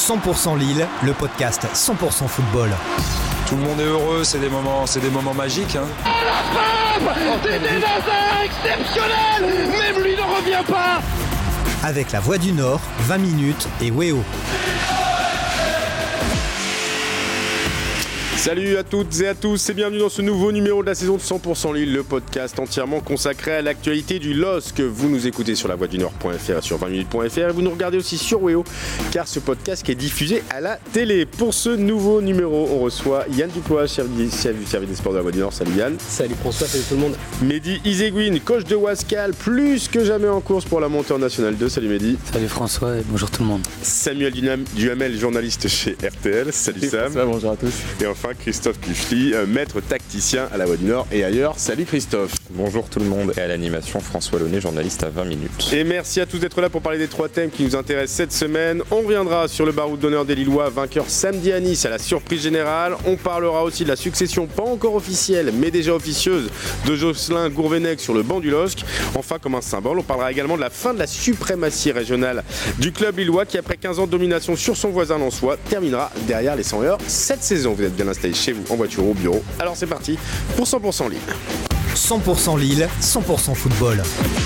100% Lille, le podcast 100% football. Tout le monde est heureux, c'est des moments magiques. Hein. La frappe d'Eden Hazard exceptionnel. Même lui ne revient pas. Avec La Voix du Nord, 20 minutes et Weo. Salut à toutes et à tous et bienvenue dans ce nouveau numéro de la saison de 100% Lille, le podcast entièrement consacré à l'actualité du LOSC. Vous nous écoutez sur lavoixdunord.fr et sur 20minutes.fr et vous nous regardez aussi sur Weo, car ce podcast qui est diffusé à la télé. Pour ce nouveau numéro, on reçoit Yann Duplois, chef du service des sports de la Voix du Nord. Salut Yann. Salut François, salut tout le monde. Mehdi Izeguine, coach de Wascal, plus que jamais en course pour la montée en National 2. Salut Mehdi. Salut François et bonjour tout le monde. Samuel Duhamel, journaliste chez RTL. Salut Sam. François, bonjour à tous. Et enfin Christophe Kufli, maître tacticien à la Voix du Nord et ailleurs. Salut Christophe. Bonjour tout le monde, et à l'animation François Launay, journaliste à 20 minutes. Et merci à tous d'être là pour parler des trois thèmes qui nous intéressent cette semaine. On reviendra sur le baroud d'honneur des Lillois, vainqueur samedi à Nice à la surprise générale. On parlera aussi de la succession pas encore officielle mais déjà officieuse de Jocelyn Gourvenec sur le banc du LOSC. Enfin, comme un symbole, on parlera également de la fin de la suprématie régionale du club lillois qui, après 15 ans de domination sur son voisin lensois, terminera derrière les 100 heures cette saison. Vous êtes bien installés chez vous, en voiture ou au bureau. Alors c'est parti pour 100% Lille. 100% Lille, 100% football.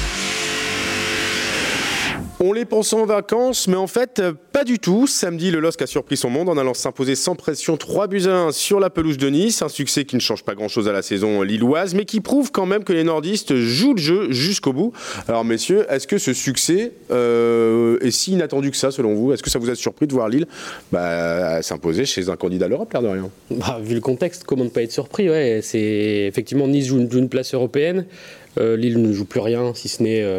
On les pense en vacances, mais en fait, pas du tout. Samedi, le LOSC a surpris son monde en allant s'imposer sans pression 3-1 sur la pelouse de Nice. Un succès qui ne change pas grand-chose à la saison lilloise, mais qui prouve quand même que les nordistes jouent le jeu jusqu'au bout. Alors messieurs, est-ce que ce succès est si inattendu que ça, selon vous ? Est-ce que ça vous a surpris de voir Lille s'imposer chez un candidat à l'Europe, l'air de rien ? Vu le contexte, comment ne pas être surpris, ouais. C'est effectivement, Nice joue une place européenne. Lille ne joue plus rien, si ce n'est...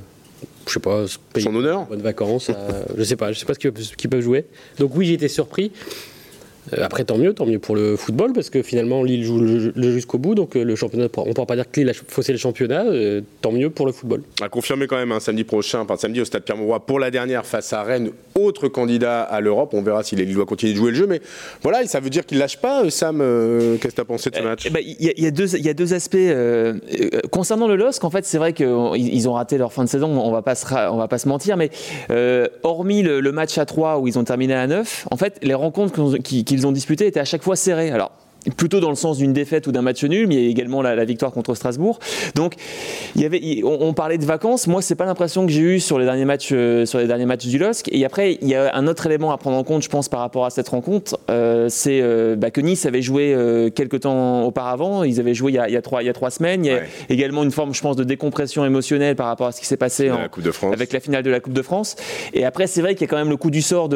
je sais pas, son honneur, bonnes vacances, je sais pas ce qu'ils peuvent jouer. Donc oui, j'ai été surpris. Après, tant mieux pour le football, parce que finalement, Lille joue le jeu jusqu'au bout, donc le championnat, on ne pourra pas dire que Lille a faussé le championnat, tant mieux pour le football. À confirmer quand même, samedi prochain, samedi au Stade Pierre-Mauroy, pour la dernière face à Rennes, autre candidat à l'Europe. On verra si les Lillois continuent de jouer le jeu, mais voilà, ça veut dire qu'ils ne lâchent pas. Sam, qu'est-ce que tu as pensé de ce match ? Il y a deux aspects. Concernant le LOSC, en fait, c'est vrai qu'ils ont raté leur fin de saison, on va pas se mentir, mais hormis le match à 3 où ils ont terminé à 9, en fait, les rencontres qu'ils ont disputées étaient à chaque fois serrées. Alors, plutôt dans le sens d'une défaite ou d'un match nul, mais il y a également la victoire contre Strasbourg. Donc, on parlait de vacances. Moi, c'est pas l'impression que j'ai eue sur les derniers matchs du LOSC. Et après, il y a un autre élément à prendre en compte, je pense, par rapport à cette rencontre, c'est que Nice avait joué quelques temps auparavant. Ils avaient joué il y a 3 semaines. Il y a également une forme, je pense, de décompression émotionnelle par rapport à ce qui s'est passé avec la finale de la Coupe de France. Et après, c'est vrai qu'il y a quand même le coup du sort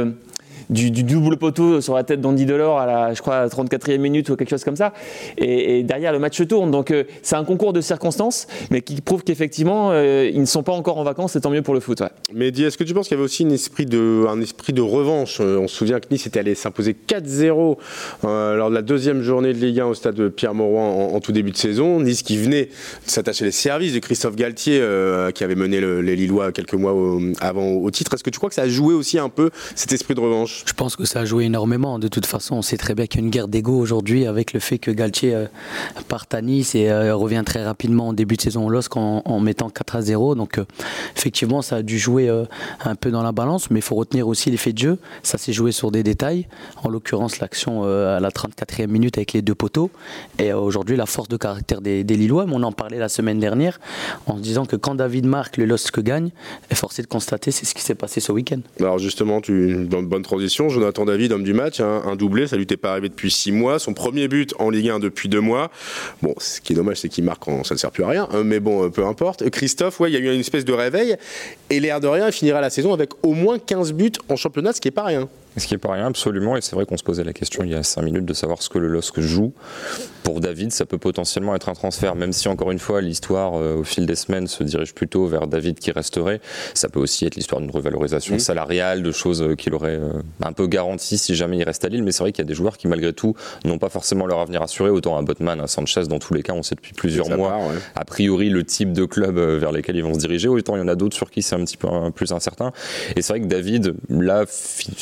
du double poteau sur la tête d'Andy Delors à la 34e minute ou quelque chose comme ça, et derrière le match tourne, donc c'est un concours de circonstances, mais qui prouve qu'effectivement ils ne sont pas encore en vacances, c'est tant mieux pour le foot. Mais dis, est-ce que tu penses qu'il y avait aussi un esprit de revanche ? On se souvient que Nice était allé s'imposer 4-0 lors de la deuxième journée de Ligue 1 au stade de Pierre-Mauroy en tout début de saison. Nice qui venait de s'attacher les services de Christophe Galtier qui avait mené les Lillois quelques mois avant au titre. Est-ce que tu crois que ça a joué aussi un peu cet esprit de revanche ? Je pense que ça a joué énormément. De toute façon, on sait très bien qu'il y a une guerre d'ego aujourd'hui avec le fait que Galtier parte à Nice et revient très rapidement en début de saison au LOSC en mettant 4-0. Donc effectivement, ça a dû jouer un peu dans la balance, mais il faut retenir aussi l'effet de jeu. Ça s'est joué sur des détails. En l'occurrence, l'action à la 34e minute avec les deux poteaux. Et aujourd'hui, la force de caractère des Lillois. Mais on en parlait la semaine dernière en se disant que quand David marque, le LOSC gagne. Et forcé de constater, c'est ce qui s'est passé ce week-end. Alors justement, dans une bonne transition, Jonathan David, homme du match, un doublé, ça lui était pas arrivé depuis 6 mois, son premier but en Ligue 1 depuis 2 mois. Bon, ce qui est dommage, c'est qu'il marque quand ça ne sert plus à rien, mais bon, peu importe. Christophe, il y a eu une espèce de réveil, et l'air de rien, il finira la saison avec au moins 15 buts en championnat, ce qui est pas rien. Ce qui n'est pas rien, absolument, et c'est vrai qu'on se posait la question il y a 5 minutes de savoir ce que le LOSC joue. Pour David, ça peut potentiellement être un transfert, même si encore une fois l'histoire au fil des semaines se dirige plutôt vers David qui resterait. Ça peut aussi être l'histoire d'une revalorisation salariale, de choses qu'il aurait un peu garanties si jamais il reste à Lille, mais c'est vrai qu'il y a des joueurs qui malgré tout n'ont pas forcément leur avenir assuré, autant un Botman, un Sanchez, dans tous les cas on sait depuis plusieurs mois a priori le type de club vers lesquels ils vont se diriger, autant il y en a d'autres sur qui c'est un petit peu plus incertain. Et c'est vrai que David, là, je ne sais pas si on peut dire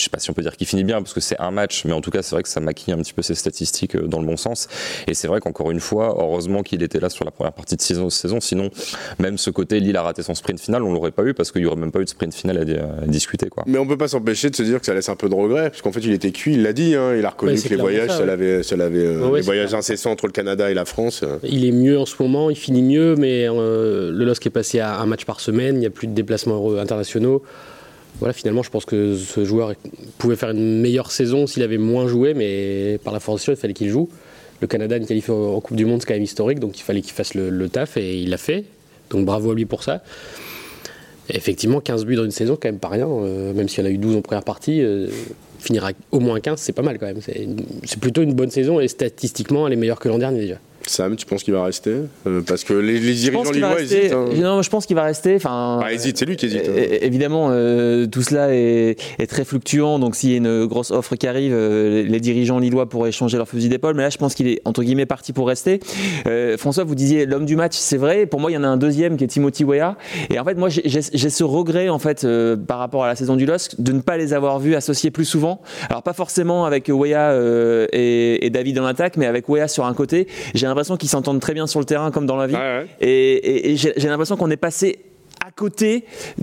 dire qu'il finit bien parce que c'est un match, mais en tout cas c'est vrai que ça maquille un petit peu ses statistiques dans le bon sens. Et c'est vrai qu'encore une fois, heureusement qu'il était là sur la première partie de saison, sinon même ce côté Lille a raté son sprint final, on l'aurait pas eu parce qu'il y aurait même pas eu de sprint final à discuter, quoi. Mais on peut pas s'empêcher de se dire que ça laisse un peu de regret, parce qu'en fait il était cuit, il l'a dit, hein, il a reconnu que les voyages, ça l'avait les voyages incessants entre le Canada et la France. Il est mieux en ce moment, il finit mieux, mais le LOSC est passé à un match par semaine, il n'y a plus de déplacements internationaux. Voilà, finalement, je pense que ce joueur pouvait faire une meilleure saison s'il avait moins joué, mais par la force des choses, il fallait qu'il joue. Le Canada, une qualif en Coupe du Monde, c'est quand même historique, donc il fallait qu'il fasse le taf, et il l'a fait. Donc bravo à lui pour ça. Et effectivement, 15 buts dans une saison, quand même pas rien, même s'il y en a eu 12 en première partie, finir à au moins 15, c'est pas mal quand même. C'est plutôt une bonne saison, et statistiquement, elle est meilleure que l'an dernier déjà. Sam, tu penses qu'il va rester parce que les dirigeants lillois hésitent. Hein. Non, je pense qu'il va rester. Enfin, hésite, c'est lui qui hésite. Évidemment, tout cela est très fluctuant. Donc, s'il y a une grosse offre qui arrive, les dirigeants lillois pourraient changer leur fusil d'épaule. Mais là, je pense qu'il est entre guillemets parti pour rester. François, vous disiez l'homme du match, c'est vrai. Pour moi, il y en a un deuxième qui est Timothy Weah. Et en fait, moi, j'ai ce regret en fait par rapport à la saison du LOSC de ne pas les avoir vus associés plus souvent. Alors, pas forcément avec Weah et David dans l'attaque, mais avec Weah sur un côté. J'ai l'impression qu'ils s'entendent très bien sur le terrain comme dans la vie. Ouais. Et j'ai l'impression qu'on est passé à côté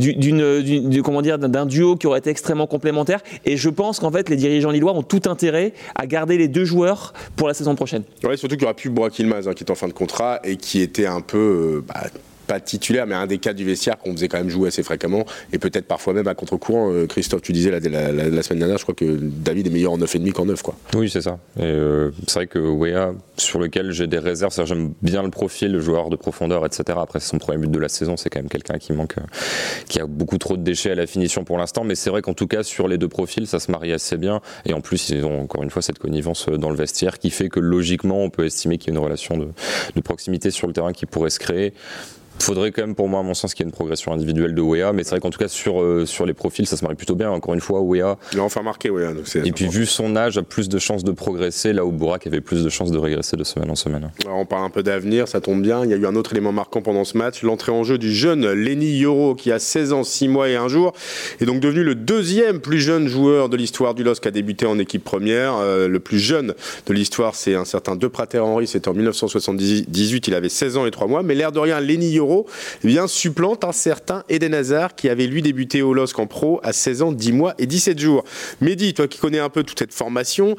d'un duo qui aurait été extrêmement complémentaire. Et je pense qu'en fait, les dirigeants lillois ont tout intérêt à garder les deux joueurs pour la saison prochaine. Ouais, surtout qu'il y aura plus Burak Yilmaz qui est en fin de contrat et qui était un peu... pas titulaire, mais un des cadres du vestiaire qu'on faisait quand même jouer assez fréquemment et peut-être parfois même à contre-courant. Christophe, tu disais la semaine dernière, je crois que David est meilleur en 9,5 qu'en 9, quoi. Oui, c'est ça. Et c'est vrai que Weah, sur lequel j'ai des réserves, c'est-à-dire j'aime bien le profil, le joueur de profondeur, etc. Après, c'est son premier but de la saison, c'est quand même quelqu'un qui a beaucoup trop de déchets à la finition pour l'instant, mais c'est vrai qu'en tout cas, sur les deux profils, ça se marie assez bien. Et en plus, ils ont encore une fois cette connivence dans le vestiaire qui fait que logiquement, on peut estimer qu'il y a une relation de proximité sur le terrain qui pourrait se créer. Faudrait quand même, pour moi, à mon sens, qu'il y ait une progression individuelle de Weah, mais c'est vrai qu'en tout cas sur les profils, ça se marie plutôt bien. Encore une fois, Weah. Il a enfin marqué, Weah. Et puis, vu son âge, a plus de chances de progresser, là où Burak avait plus de chances de régresser de semaine en semaine. Alors, on parle un peu d'avenir, ça tombe bien. Il y a eu un autre élément marquant pendant ce match, l'entrée en jeu du jeune Lenny Yoro, qui a 16 ans, 6 mois et 1 jour, est donc devenu le deuxième plus jeune joueur de l'histoire du LOSC qui a débuté en équipe première. Le plus jeune de l'histoire, c'est un certain De Prater Henry, c'était en 1978, il avait 16 ans et 3 mois. Mais l'air de rien, Lenny Yoro, supplante un certain Eden Hazard qui avait lui débuté au LOSC en pro à 16 ans, 10 mois et 17 jours. Mehdi, toi qui connais un peu toute cette formation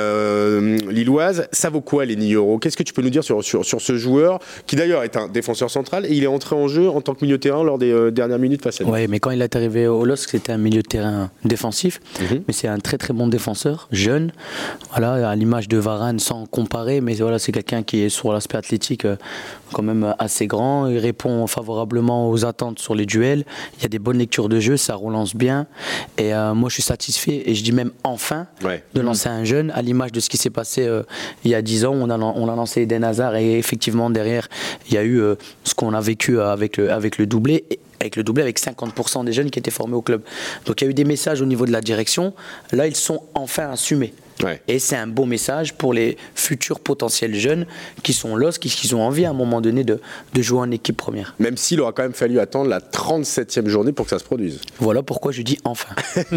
lilloise, ça vaut quoi Lenny Yoro ? Qu'est-ce que tu peux nous dire sur ce joueur qui d'ailleurs est un défenseur central et il est entré en jeu en tant que milieu de terrain lors des dernières minutes face à nous. Oui, mais quand il est arrivé au LOSC, c'était un milieu de terrain défensif, mais c'est un très très bon défenseur, jeune, voilà, à l'image de Varane sans comparer, mais voilà, c'est quelqu'un qui est sur l'aspect athlétique quand même assez grand, il répond favorablement aux attentes sur les duels, il y a des bonnes lectures de jeu, ça relance bien et moi je suis satisfait et je dis même enfin de lancer un jeune à l'image de ce qui s'est passé il y a 10 ans, on a lancé Eden Hazard et effectivement derrière il y a eu ce qu'on a vécu avec le doublé avec 50% des jeunes qui étaient formés au club. Donc il y a eu des messages au niveau de la direction, là ils sont enfin assumés. Et c'est un beau message pour les futurs potentiels jeunes qui sont LOSC, qui ont envie à un moment donné de jouer en équipe première. Même s'il aura quand même fallu attendre la 37e journée pour que ça se produise. Voilà pourquoi je dis enfin.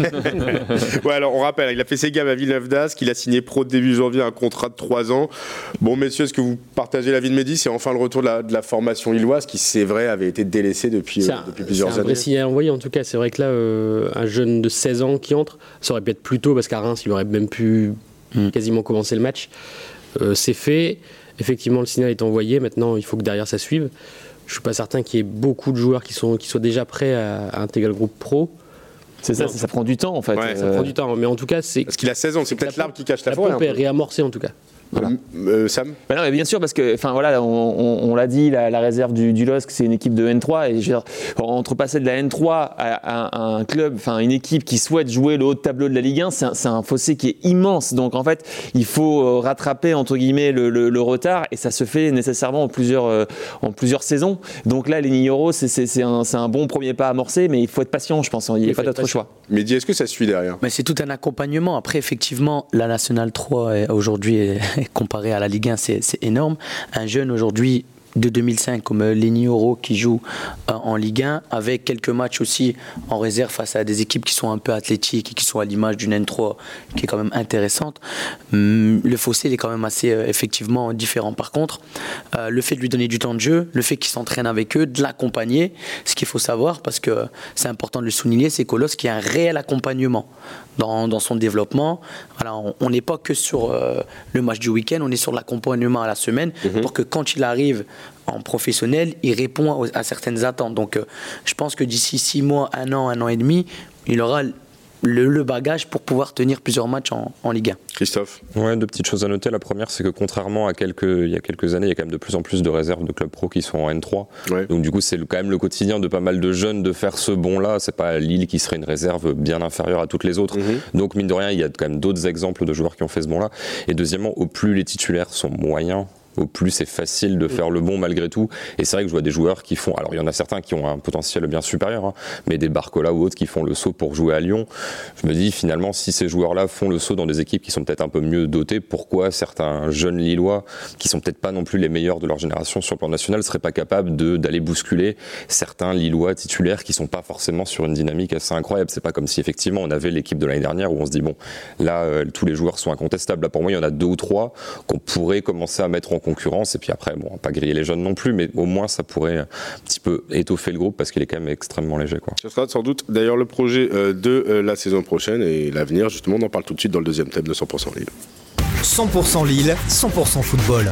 Alors on rappelle, il a fait ses gammes à Villeneuve d'Ascq, il a signé pro début janvier un contrat de 3 ans. Bon messieurs, est-ce que vous partagez l'avis de Mehdi ? C'est enfin le retour de la formation lilloise qui, c'est vrai, avait été délaissée depuis plusieurs années. C'est un vrai signal envoyé en tout cas. C'est vrai que là, un jeune de 16 ans qui entre, ça aurait pu être plus tôt parce qu'à Reims, il aurait même pu quasiment commencer le match. C'est fait. Effectivement, le signal est envoyé. Maintenant, il faut que derrière ça suive. Je ne suis pas certain qu'il y ait beaucoup de joueurs qui soient déjà prêts à intégrer le groupe pro. C'est ça, ça prend du temps en fait. Ouais, ça prend du temps. Mais en tout cas, c'est. Parce qu'il a 16 ans, c'est peut-être l'arbre qui cache la forêt. La pompe est réamorcée en tout cas. Voilà. Sam ? Non, mais bien sûr, parce que, voilà, on l'a dit, la réserve du LOSC, c'est une équipe de N3. Et je veux dire, entre passer de la N3 à un club, une équipe qui souhaite jouer le haut de tableau de la Ligue 1, c'est un fossé qui est immense. Donc en fait, il faut rattraper entre guillemets le retard, et ça se fait nécessairement en plusieurs saisons. Donc là, Lenny Yoro, c'est un bon premier pas amorcé, mais il faut être patient, je pense. Il n'y a pas d'autre choix. Mais dis, est-ce que ça suit derrière ? Mais c'est tout un accompagnement. Après, effectivement, la Nationale 3 aujourd'hui est comparé à la Ligue 1, c'est énorme. Un jeune aujourd'hui de 2005 comme Lenny Oro qui joue en Ligue 1, avec quelques matchs aussi en réserve face à des équipes qui sont un peu athlétiques et qui sont à l'image d'une N3 qui est quand même intéressante. Le fossé il est quand même assez effectivement différent. Par contre, le fait de lui donner du temps de jeu, le fait qu'il s'entraîne avec eux, de l'accompagner, ce qu'il faut savoir, parce que c'est important de le souligner, c'est qu'au LOSC, il y a un réel accompagnement dans son développement. Voilà, on n'est pas que sur le match du week-end, on est sur l'accompagnement à la semaine pour que quand il arrive en professionnel, il répond à certaines attentes. Donc je pense que d'ici 6 mois, 1 an et demi, il aura le bagage pour pouvoir tenir plusieurs matchs en Ligue 1. Christophe ? Ouais, 2 petites choses à noter. La première, c'est que contrairement à il y a quelques années, il y a quand même de plus en plus de réserves de clubs pro qui sont en N3. Ouais. Donc du coup, c'est quand même le quotidien de pas mal de jeunes de faire ce bond-là. C'est pas Lille qui serait une réserve bien inférieure à toutes les autres. Donc mine de rien, il y a quand même d'autres exemples de joueurs qui ont fait ce bond-là. Et deuxièmement, au plus les titulaires sont moyens, au plus c'est facile de faire le bon malgré tout. Et c'est vrai que je vois des joueurs qui font, alors il y en a certains qui ont un potentiel bien supérieur, mais des Barcola ou autres qui font le saut pour jouer à Lyon. Je me dis finalement, si ces joueurs-là font le saut dans des équipes qui sont peut-être un peu mieux dotées, pourquoi certains jeunes Lillois, qui sont peut-être pas non plus les meilleurs de leur génération sur le plan national, seraient pas capables d'aller bousculer certains Lillois titulaires qui sont pas forcément sur une dynamique assez incroyable. C'est pas comme si effectivement on avait l'équipe de l'année dernière où on se dit bon, là tous les joueurs sont incontestables. Là pour moi il y en a 2 ou 3 qu'on pourrait commencer à mettre en concurrence, et puis après bon, on va pas griller les jeunes non plus, mais au moins ça pourrait un petit peu étoffer le groupe parce qu'il est quand même extrêmement léger, quoi. Ce sera sans doute d'ailleurs le projet de la saison prochaine et l'avenir, justement on en parle tout de suite dans le deuxième thème de 100% Lille. 100% Lille, 100% football.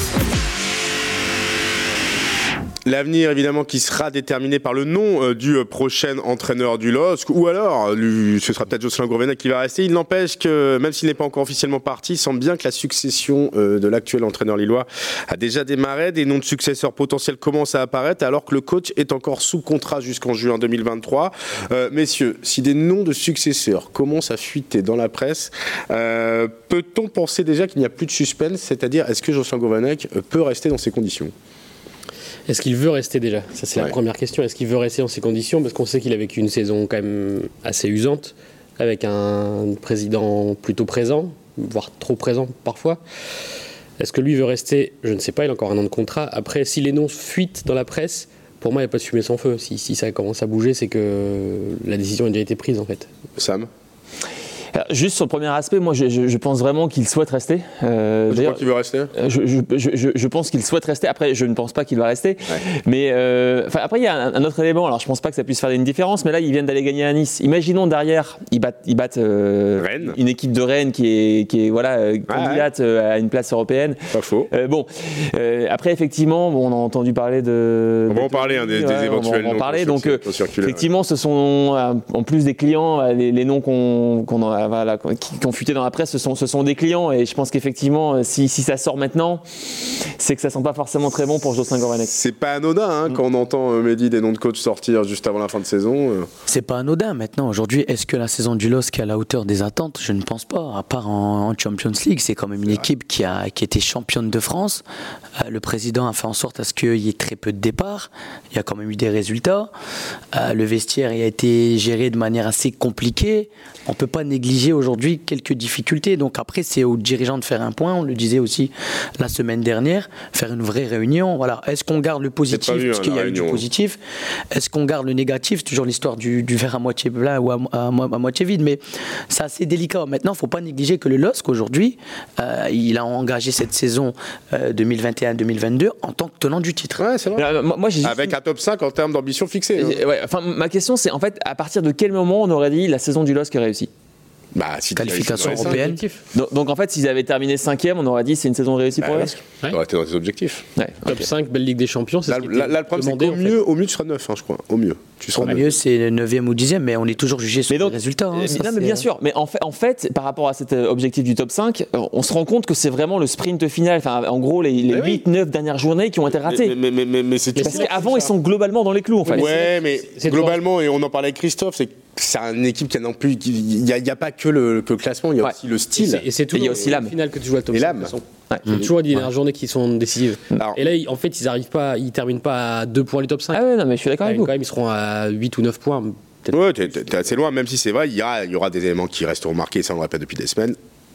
L'avenir, évidemment, qui sera déterminé par le nom du prochain entraîneur du LOSC, ou alors, ce sera peut-être Jocelyn Gourvenec qui va rester. Il n'empêche que, même s'il n'est pas encore officiellement parti, il semble bien que la succession de l'actuel entraîneur lillois a déjà démarré. Des noms de successeurs potentiels commencent à apparaître, alors que le coach est encore sous contrat jusqu'en juin 2023. Messieurs, si des noms de successeurs commencent à fuiter dans la presse, peut-on penser déjà qu'il n'y a plus de suspense ? C'est-à-dire, est-ce que Jocelyn Gourvenec peut rester dans ces conditions ? Est-ce qu'il veut rester déjà ? Ça, c'est la première question. Est-ce qu'il veut rester dans ces conditions ? Parce qu'on sait qu'il a vécu une saison quand même assez usante, avec un président plutôt présent, voire trop présent parfois. Est-ce que lui veut rester ? Je ne sais pas, il a encore 1 an de contrat. Après, si les noms fuitent dans la presse, pour moi, il n'y a pas de fumée sans feu. Si ça commence à bouger, c'est que la décision a déjà été prise, en fait. Sam ? Alors, juste sur le premier aspect, moi je pense vraiment qu'il souhaite rester. Je crois qu'il veut rester. Je pense qu'il souhaite rester. Après, je ne pense pas qu'il va rester. Ouais. Mais après, il y a un autre élément. Alors, je ne pense pas que ça puisse faire une différence. Mais là, ils viennent d'aller gagner à Nice. Imaginons derrière, ils battent une équipe de Rennes qui est voilà, candidate à une place européenne. Pas faux. Après, effectivement, on a entendu parler de. On va en parler des éventuels noms. On va en parler. Donc, effectivement, ce sont en plus des clients, les noms qui ont fuité dans la presse, ce sont des clients, et je pense qu'effectivement si ça sort maintenant, c'est que ça sent pas forcément très bon pour Jocelyn Gourvenec. C'est pas anodin quand on entend Mehdi des noms de coach sortir juste avant la fin de saison. C'est pas anodin maintenant. Aujourd'hui, est-ce que la saison du LOSC est à la hauteur des attentes ? Je ne pense pas. À part en Champions League, c'est quand même une équipe qui était championne de France. Le président a fait en sorte à ce qu'il y ait très peu de départs. Il y a quand même eu des résultats. Le vestiaire a été géré de manière assez compliquée. On peut pas négliger aujourd'hui quelques difficultés. Donc après, c'est aux dirigeants de faire un point. On le disait aussi la semaine dernière, faire une vraie réunion. Voilà. Est-ce qu'on garde le positif parce qu'il y a eu du positif ? Est-ce qu'on garde le négatif ? C'est toujours l'histoire du verre à moitié plein ou à moitié vide. Mais c'est assez délicat. Maintenant, il ne faut pas négliger que le LOSC aujourd'hui, il a engagé cette saison 2021-2022 en tant que tenant du titre. Ouais, c'est vrai. Avec un top 5 en termes d'ambition fixée. Ma question, c'est en fait, à partir de quel moment on aurait dit la saison du LOSC est réussie ? Si qualification européenne. Donc en fait, s'ils avaient terminé 5e, on aurait dit c'est une saison réussie pour eux. Ça aurait été dans tes objectifs. Top 5, belle Ligue des Champions. Là, le problème, c'est qu'au mieux, tu seras 9, je crois. Au mieux. Au mieux, c'est 9e ou 10e, mais on est toujours jugé sur les résultats. Mais bien sûr. Mais en fait, par rapport à cet objectif du top 5, on se rend compte que c'est vraiment le sprint final. Enfin, en gros, les 8-9 dernières journées qui ont été ratées. Mais c'est parce qu'avant, ils sont globalement dans les clous, en fait. Ouais, mais globalement, et on en parlait avec Christophe, c'est une équipe qui a non plus. Il n'y a pas que le classement, il y a aussi le style. Et c'est tout. Il y a aussi l'âme. Final que tu joues à top 5. Et l'âme. Il y a toujours des dernières journées qui sont décisives. Alors, et là, en fait, ils terminent pas à 2 points les top 5. Ah ouais, non, mais je suis d'accord avec vous. Quand même, ils seront à 8 ou 9 points. Ouais, t'es assez loin, même si c'est vrai, il y aura des éléments qui resteront marqués, ça on le répète depuis des semaines.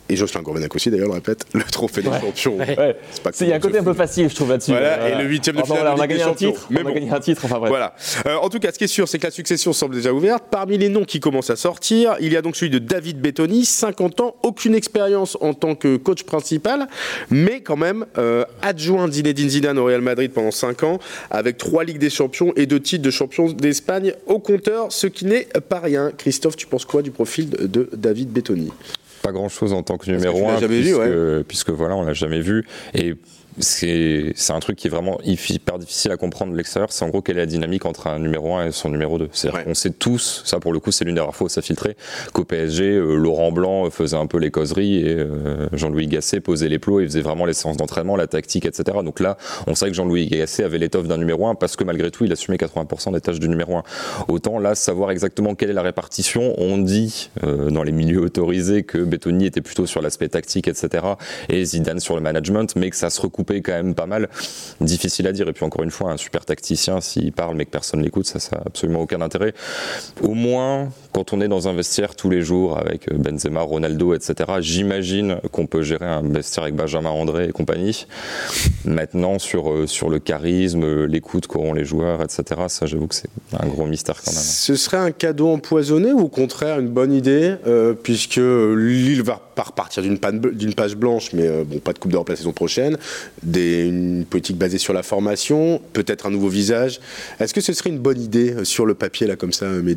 et Jocelyn Gourvenec aussi d'ailleurs, je le répète, le trophée des champions. Ouais. Il y a un côté un peu facile, je trouve, là-dessus. Voilà, et le 8e de finale de Ligue des Champions. On a gagné un titre, enfin bref. Voilà. En tout cas, ce qui est sûr, c'est que la succession semble déjà ouverte. Parmi les noms qui commencent à sortir, il y a donc celui de David Bettoni, 50 ans, aucune expérience en tant que coach principal, mais quand même adjoint Zinedine Zidane au Real Madrid pendant 5 ans, avec 3 Ligues des Champions et 2 titres de champion d'Espagne au compteur, ce qui n'est pas rien. Christophe, tu penses quoi du profil de David Bettoni ? Pas grand chose en tant que numéro 1, puisque voilà, on l'a jamais vu. Et c'est un truc qui est vraiment hyper difficile à comprendre de l'extérieur. C'est en gros quelle est la dynamique entre un numéro 1 et son numéro 2. C'est-à-dire qu'on sait tous, ça pour le coup c'est l'une des rares fois où ça filtrait, qu'au PSG, Laurent Blanc faisait un peu les causeries et Jean-Louis Gasset posait les plots et faisait vraiment les séances d'entraînement, la tactique, etc. Donc là, on savait que Jean-Louis Gasset avait l'étoffe d'un numéro 1 parce que malgré tout, il assumait 80% des tâches du numéro 1. Autant là, savoir exactement quelle est la répartition, on dit dans les milieux autorisés que Bettoni était plutôt sur l'aspect tactique, etc. et Zidane sur le management, mais que ça se recoupe quand même pas mal, difficile à dire. Et puis encore une fois, un super tacticien, s'il parle mais que personne l'écoute, ça n'a absolument aucun intérêt. Au moins, quand on est dans un vestiaire tous les jours avec Benzema, Ronaldo, etc., j'imagine qu'on peut gérer un vestiaire avec Benjamin André et compagnie. Maintenant, sur le charisme, l'écoute qu'auront les joueurs, etc., ça j'avoue que c'est un gros mystère quand même. Ce serait un cadeau empoisonné ou au contraire une bonne idée, puisque Lille va pas repartir d'une page blanche, mais bon, pas de Coupe d'Europe la saison prochaine, une politique basée sur la formation, peut-être un nouveau visage. Est-ce que ce serait une bonne idée sur le papier, là, comme ça, Mehdi ?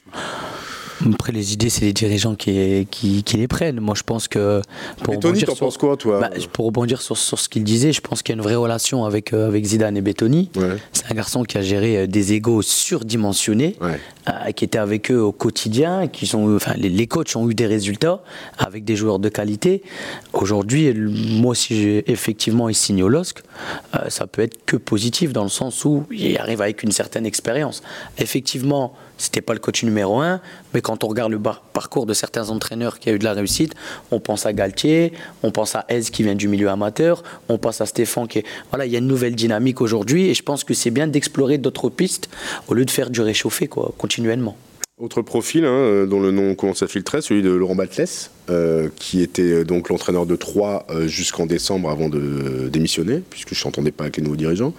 Après, les idées, c'est les dirigeants qui les prennent. Moi, je pense que... Bettoni, t'en penses quoi, toi ? Pour rebondir sur ce qu'il disait, je pense qu'il y a une vraie relation avec Zidane et Bettoni. Ouais. C'est un garçon qui a géré des égos surdimensionnés, qui était avec eux au quotidien, les coachs ont eu des résultats avec des joueurs de qualité. Aujourd'hui, moi, si effectivement il signe au LOSC, ça peut être que positif dans le sens où il arrive avec une certaine expérience. Effectivement, c'était pas le coach numéro 1, mais quand on regarde le parcours de certains entraîneurs qui a eu de la réussite, on pense à Galtier, on pense à Ez qui vient du milieu amateur, on pense à Stéphane qui est... Voilà, il y a une nouvelle dynamique aujourd'hui et je pense que c'est bien d'explorer d'autres pistes au lieu de faire du réchauffé continuellement. Autre profil dont le nom commence à filtrer, celui de Laurent Batles, qui était donc l'entraîneur de Troyes jusqu'en décembre avant de démissionner, puisque je ne s'entendais pas avec les nouveaux dirigeants.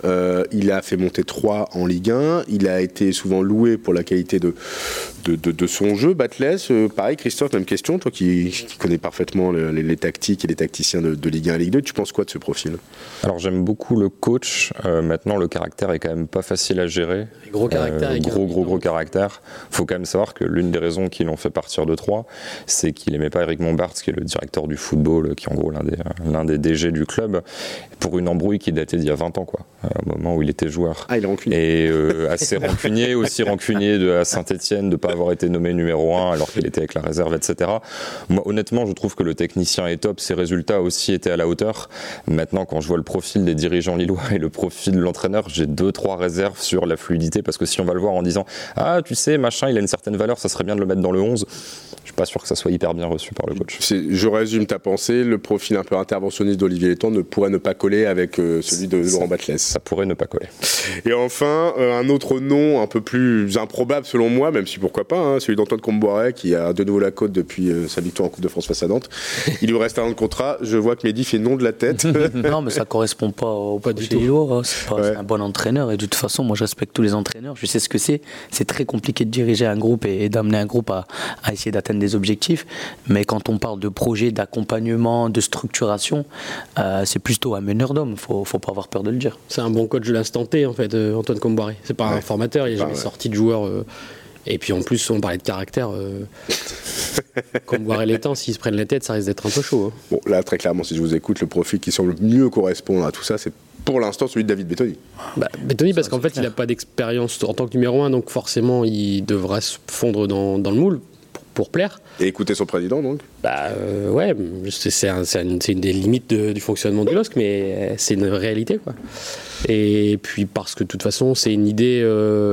Il a fait monter Troyes en Ligue 1, il a été souvent loué pour la qualité de son jeu. Batles, pareil, Christophe, même question, toi qui connais parfaitement les tactiques et les tacticiens de Ligue 1 et Ligue 2, tu penses quoi de ce profil ? Alors j'aime beaucoup le coach, maintenant le caractère est quand même pas facile à gérer. Gros caractère. Gros caractère. Il faut quand même savoir que l'une des raisons qui l'ont fait partir de Troyes, c'est qu'il n'aimait pas Eric Montbard, qui est le directeur du football, qui est en gros l'un des DG du club, pour une embrouille qui datait d'il y a 20 ans, au moment où il était joueur. Ah, il est rancunier. Et assez rancunier, aussi rancunier à Saint-Etienne de ne pas avoir été nommé numéro 1 alors qu'il était avec la réserve, etc. Moi, honnêtement, je trouve que le technicien est top, ses résultats aussi étaient à la hauteur. Maintenant, quand je vois le profil des dirigeants lillois et le profil de l'entraîneur, j'ai 2-3 réserves sur la fluidité, parce que si on va le voir en disant « Ah, tu sais, machin, il a une certaine valeur, ça serait bien de le mettre dans le 11 », je suis pas sûr que ça soit hyper bien reçu par le coach. Je résume ta pensée, le profil un peu interventionniste d'Olivier Létang pourrait ne pas coller avec celui de Laurent Batles. Ça pourrait ne pas coller. Et enfin, un autre nom un peu plus improbable selon moi, même si pourquoi pas, celui d'Antoine Comboiré qui a de nouveau la côte depuis sa victoire en Coupe de France face à Nantes. Il lui reste un an de contrat, je vois que Mehdi fait non de la tête. Non, mais ça correspond pas au du tout. C'est un bon entraîneur et de toute façon, moi je respecte tous les entraîneurs, je sais ce que c'est. C'est très compliqué de diriger un groupe et d'amener un groupe à essayer d'atteindre des objectifs, mais quand on parle de projet, d'accompagnement, de structuration, c'est plutôt un meneur d'hommes, faut pas avoir peur de le dire. C'est un bon coach de l'instant T en fait, Antoine Comboiré. C'est pas un formateur, il n'est jamais sorti de joueur. Et puis en plus, on parlait de caractère. Comboiré l'étang, s'ils se prennent la tête, ça risque d'être un peu chaud. Bon, là, très clairement, si je vous écoute, le profil qui semble mieux correspondre à tout ça, c'est pour l'instant celui de David Bettoni. Bettoni, parce qu'en fait, il n'a pas d'expérience en tant que numéro 1, donc forcément, il devra se fondre dans le moule pour plaire. Et écouter son président, donc ? Ouais, c'est une des limites du fonctionnement du LOSC, mais c'est une réalité, quoi. Et puis, parce que de toute façon, c'est une idée...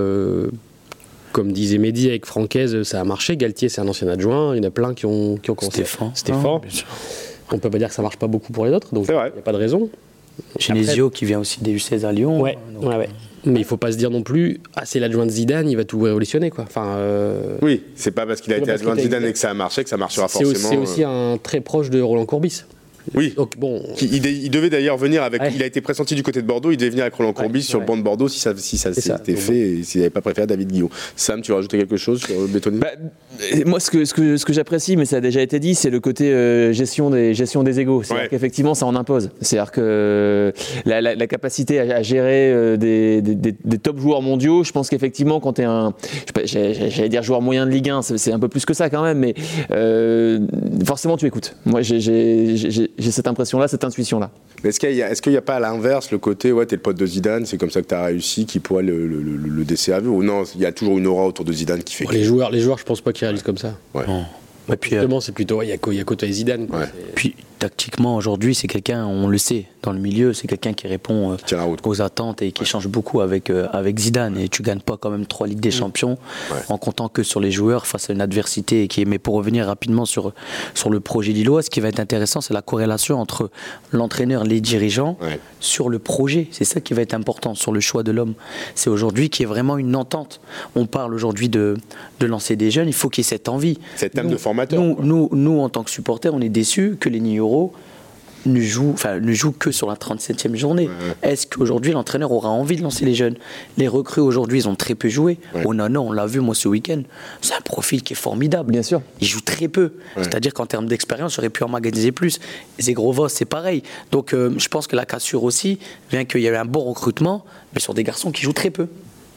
Comme disait Mehdi avec Francaise, ça a marché. Galtier, c'est un ancien adjoint. Il y en a plein qui ont commencé. Stéphane. On peut pas dire que ça marche pas beaucoup pour les autres, donc il n'y a pas de raison. Genesio qui vient aussi des U16 à Lyon. Ouais. Mais il faut pas se dire non plus, c'est l'adjoint de Zidane, il va tout révolutionner, quoi. Enfin, Oui, c'est pas parce qu'il a été adjoint de Zidane et que ça a marché que ça marchera forcément. C'est aussi un très proche de Roland Courbis. Oui. Donc, bon, il devait d'ailleurs venir avec. Ouais. Il a été pressenti du côté de Bordeaux. Il devait venir avec Roland Courbis sur le banc de Bordeaux si ça s'était fait et s'il n'avait pas préféré David Guillot. Sam, tu veux rajouter quelque chose sur Bétoni? Moi, ce que j'apprécie, mais ça a déjà été dit, c'est le côté gestion des égos. C'est-à-dire qu'effectivement, ça en impose. C'est-à-dire que la capacité à gérer des top joueurs mondiaux, je pense qu'effectivement, quand tu es j'allais dire joueur moyen de Ligue 1, c'est un peu plus que ça quand même, mais forcément, tu écoutes. Moi, j'ai cette impression-là, cette intuition-là. Mais est-ce qu'il n'y a pas à l'inverse le côté, t'es le pote de Zidane, c'est comme ça que tu as réussi, qui pourrait le desservir? Ou non, il y a toujours une aura autour de Zidane qui fait que... les joueurs, je pense pas qu'ils réalisent comme ça. Ouais. Et puis, justement, c'est plutôt, il y a côtoyé Zidane. Quoi. Ouais. Puis tactiquement, aujourd'hui, c'est quelqu'un, on le sait, dans le milieu, c'est quelqu'un qui répond aux attentes et qui échange beaucoup avec Zidane. Et tu gagnes pas quand même 3 Ligues des Champions en comptant que sur les joueurs face à une adversité. Mais pour revenir rapidement sur le projet lillois, ce qui va être intéressant, c'est la corrélation entre l'entraîneur, les dirigeants, sur le projet. C'est ça qui va être important, sur le choix de l'homme. C'est aujourd'hui qu'il y ait vraiment une entente. On parle aujourd'hui de lancer des jeunes, il faut qu'il y ait cette envie. Cette âme de formateur. Nous, en tant que supporters, on est déçus que les Nioro ne joue que sur la 37e journée. Est-ce qu'aujourd'hui l'entraîneur aura envie de lancer les jeunes? Les recrues aujourd'hui, ils ont très peu joué. Onana, on l'a vu moi ce week-end, c'est un profil qui est formidable. Bien sûr. Il joue très peu. C'est-à-dire qu'en termes d'expérience, j'aurais pu emmagasiner plus. Zegrovos, c'est pareil. Donc je pense que la cassure aussi vient qu'il y a eu un bon recrutement, mais sur des garçons qui jouent très peu.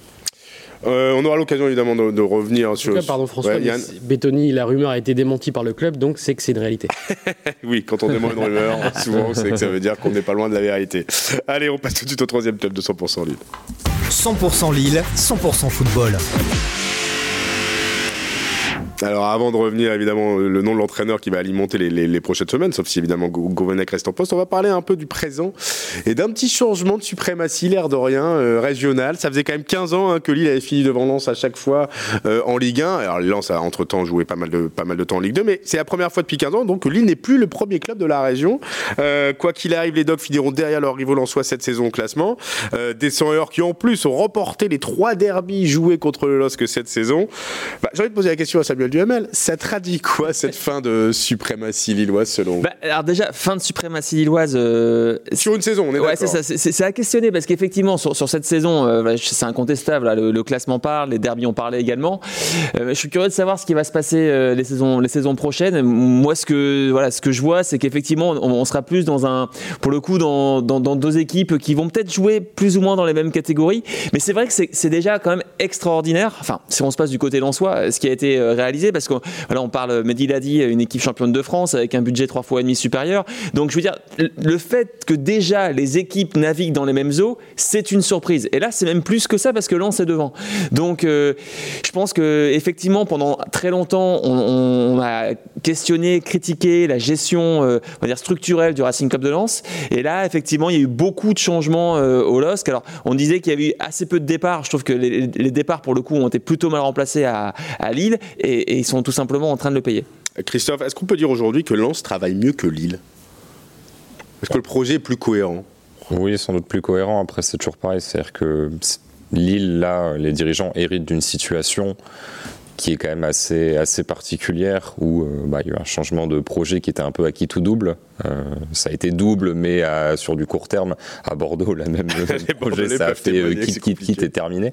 On aura l'occasion évidemment de revenir sur. Pardon François, Bétoni, la rumeur a été démentie par le club, donc c'est que c'est une réalité. Oui, quand on dément une rumeur, souvent c'est que ça veut dire qu'on n'est pas loin de la vérité. Allez, on passe tout de suite au 3e club de 100% Lille. 100% Lille, 100% football. Alors avant de revenir évidemment le nom de l'entraîneur qui va alimenter les prochaines semaines, sauf si évidemment Gourvenec reste en poste, on va parler un peu du présent et d'un petit changement de suprématie, l'air de rien, régional. Ça faisait quand même 15 ans que Lille avait fini devant Lens à chaque fois en Ligue 1. Alors Lens a entre-temps joué pas mal de temps en Ligue 2, mais c'est la première fois depuis 15 ans donc Lille n'est plus le premier club de la région. Quoi qu'il arrive, les Dogs finiront derrière leurs rivaux lensois cette saison au classement. Des 100 heures qui en plus ont remporté les 3 derbys joués contre le LOSC cette saison. J'ai envie de poser la question à Samuel Duhamel, ça traduit quoi cette fin de suprématie lilloise selon vous? Alors déjà, fin de suprématie lilloise... sur une saison, on est d'accord. C'est à questionner parce qu'effectivement, sur cette saison, c'est incontestable, là, le classement parle, les derbys ont parlé également. Je suis curieux de savoir ce qui va se passer les saisons prochaines. Moi, ce que je vois, c'est qu'effectivement, on sera plus dans dans 2 équipes qui vont peut-être jouer plus ou moins dans les mêmes catégories. Mais c'est vrai que c'est déjà quand même extraordinaire, enfin, si on se passe du côté lensois, ce qui a été réalisé, parce que on parle, Mehdi l'a dit, une équipe championne de France avec un budget 3 fois et demi supérieur. Donc je veux dire, le fait que déjà les équipes naviguent dans les mêmes eaux, c'est une surprise. Et là, c'est même plus que ça parce que Lens est devant. Donc je pense que effectivement, pendant très longtemps, on a questionné, critiqué la gestion, on va dire structurelle du Racing Club de Lens. Et là, effectivement, il y a eu beaucoup de changements au LOSC. Alors, on disait qu'il y avait eu assez peu de départs. Je trouve que les départs, pour le coup, ont été plutôt mal remplacés à Lille et ils sont tout simplement en train de le payer. Christophe, est-ce qu'on peut dire aujourd'hui que Lens travaille mieux que Lille? Est-ce que le projet est plus cohérent? Oui, sans doute plus cohérent. Après, c'est toujours pareil. C'est-à-dire que Lille, là, les dirigeants héritent d'une situation qui est quand même assez particulière où il y a eu un changement de projet qui était un peu à qui tout double. Ça a été double, mais sur du court terme. À Bordeaux, la même projet, ça a fait quitte et terminé.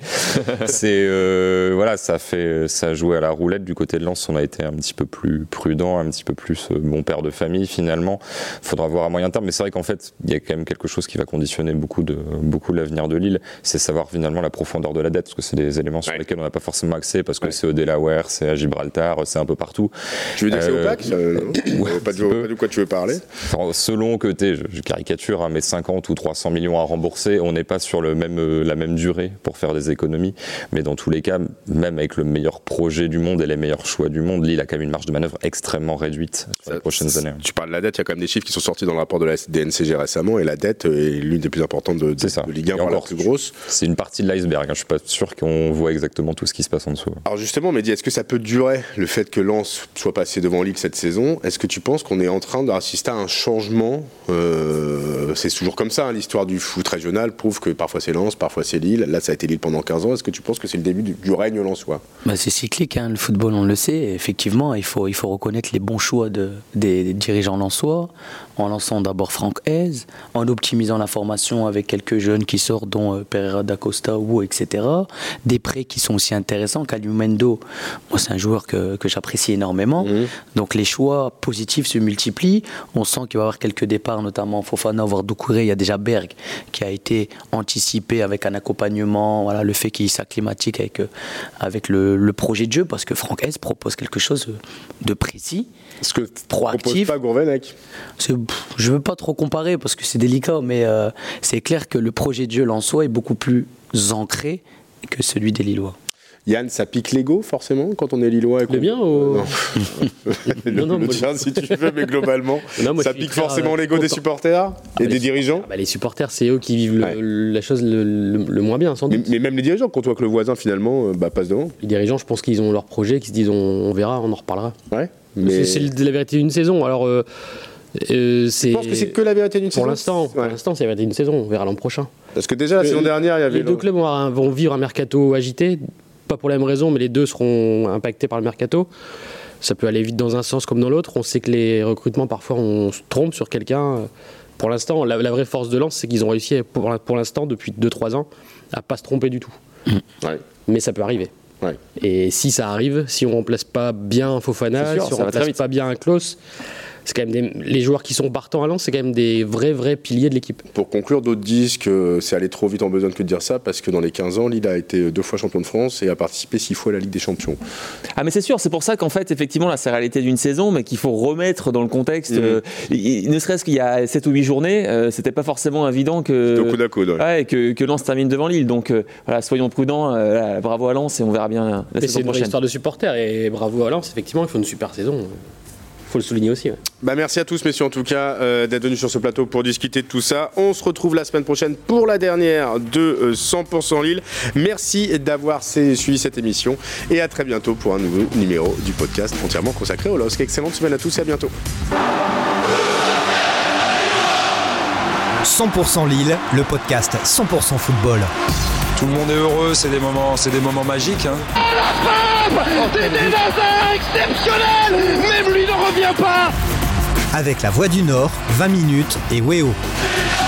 Ça a joué à la roulette. Du côté de Lens, on a été un petit peu plus prudent, un petit peu plus bon père de famille finalement. Il faudra voir à moyen terme, mais c'est vrai qu'en fait, il y a quand même quelque chose qui va conditionner beaucoup l'avenir de Lille, c'est savoir finalement la profondeur de la dette, parce que c'est des éléments sur lesquels on n'a pas forcément accès, parce que c'est au Delaware, c'est à Gibraltar, c'est un peu partout. Tu veux dire que c'est opaque? Pas de quoi tu veux parler? Enfin, selon que je caricature, mais 50 ou 300 millions à rembourser, on n'est pas sur la même durée pour faire des économies. Mais dans tous les cas, même avec le meilleur projet du monde et les meilleurs choix du monde, Lille a quand même une marge de manœuvre extrêmement réduite sur les prochaines années. Tu parles de la dette, il y a quand même des chiffres qui sont sortis dans le rapport de la DNCG récemment, et la dette est l'une des plus importantes de Ligue 1, voire la plus grosse. C'est une partie de l'iceberg, je ne suis pas sûr qu'on voit exactement tout ce qui se passe en dessous. Alors justement, Mehdi, est-ce que ça peut durer, le fait que Lens soit passé devant Lille cette saison? Est-ce que tu penses qu'on est en train d'assister à un changement. C'est toujours comme ça, hein, l'histoire du foot régional prouve que parfois c'est Lens, parfois c'est Lille. Là, ça a été Lille pendant 15 ans. Est-ce que tu penses que c'est le début du règne lensois ? C'est cyclique, hein, le football, on le sait. Effectivement, il faut reconnaître les bons choix des dirigeants lensois, en lançant d'abord Franck Hez, en optimisant la formation avec quelques jeunes qui sortent, dont Pereira da Costa, Wu, etc. Des prêts qui sont aussi intéressants. Calimendo, moi, c'est un joueur que j'apprécie énormément. Donc les choix positifs se multiplient. On sent qu'il va y avoir quelques départs, notamment Fofana, voire Doucouré. Il y a déjà Berg qui a été anticipé avec un accompagnement, voilà, le fait qu'il s'acclimatique avec le projet de jeu, parce que Franck Hez propose quelque chose de précis, ce que proactif. Propose pas Gourvenec. Je veux pas trop comparer parce que c'est délicat, mais c'est clair que le projet de jeu lensois est beaucoup plus ancré que celui des Lillois. Yann, ça pique l'ego forcément quand on est Lillois. Le bien ou... Non, le tien si tu veux, mais globalement, ça pique forcément l'ego des supporters et des dirigeants. Les supporters, c'est eux qui vivent la chose le moins bien, sans doute. Mais même les dirigeants, quand on voit que le voisin finalement passe devant. Les dirigeants, je pense qu'ils ont leur projet, qu'ils se disent on verra, on en reparlera. Ouais. Mais... C'est la vérité d'une saison. Alors, je pense que c'est que la vérité d'une saison. Pour l'instant, c'est la vérité d'une saison. On verra l'an prochain. Parce que déjà la saison dernière, il y avait les deux clubs vont vivre un mercato agité. Pas pour la même raison, mais les deux seront impactés par le mercato. Ça peut aller vite dans un sens comme dans l'autre. On sait que les recrutements, parfois, on se trompe sur quelqu'un. Pour l'instant, la vraie force de Lens, c'est qu'ils ont réussi, pour l'instant, depuis 2-3 ans, à pas se tromper du tout. Ouais. Mais ça peut arriver. Ouais. Et si ça arrive, si on remplace pas bien Fofana, si on remplace pas bien un Klaus, c'est quand même les joueurs qui sont partants à Lens, c'est quand même des vrais piliers de l'équipe. Pour conclure, d'autres disent que c'est allé trop vite en besogne que de dire ça, parce que dans les 15 ans, Lille a été 2 fois champion de France et a participé 6 fois à la Ligue des Champions. Ah mais c'est sûr, c'est pour ça qu'en fait, effectivement, là, c'est la réalité d'une saison, mais qu'il faut remettre dans le contexte. Ne serait-ce qu'il y a 7 ou 8 journées, c'était pas forcément évident que Lens termine devant Lille. Donc voilà, soyons prudents, bravo à Lens et on verra bien la saison prochaine. C'est une histoire de supporters et bravo à Lens, effectivement, il faut une super saison. Faut le souligner aussi. Ouais. Merci à tous, messieurs, en tout cas, d'être venus sur ce plateau pour discuter de tout ça. On se retrouve la semaine prochaine pour la dernière de 100% Lille. Merci d'avoir suivi cette émission et à très bientôt pour un nouveau numéro du podcast entièrement consacré au LOSC. Excellente semaine à tous et à bientôt. 100% Lille, le podcast 100% football. Tout le monde est heureux, c'est des moments magiques. Hein. La frappe d'Eden Hazard exceptionnel. Même lui ne revient pas. Avec la Voix du Nord, 20 minutes et Weo.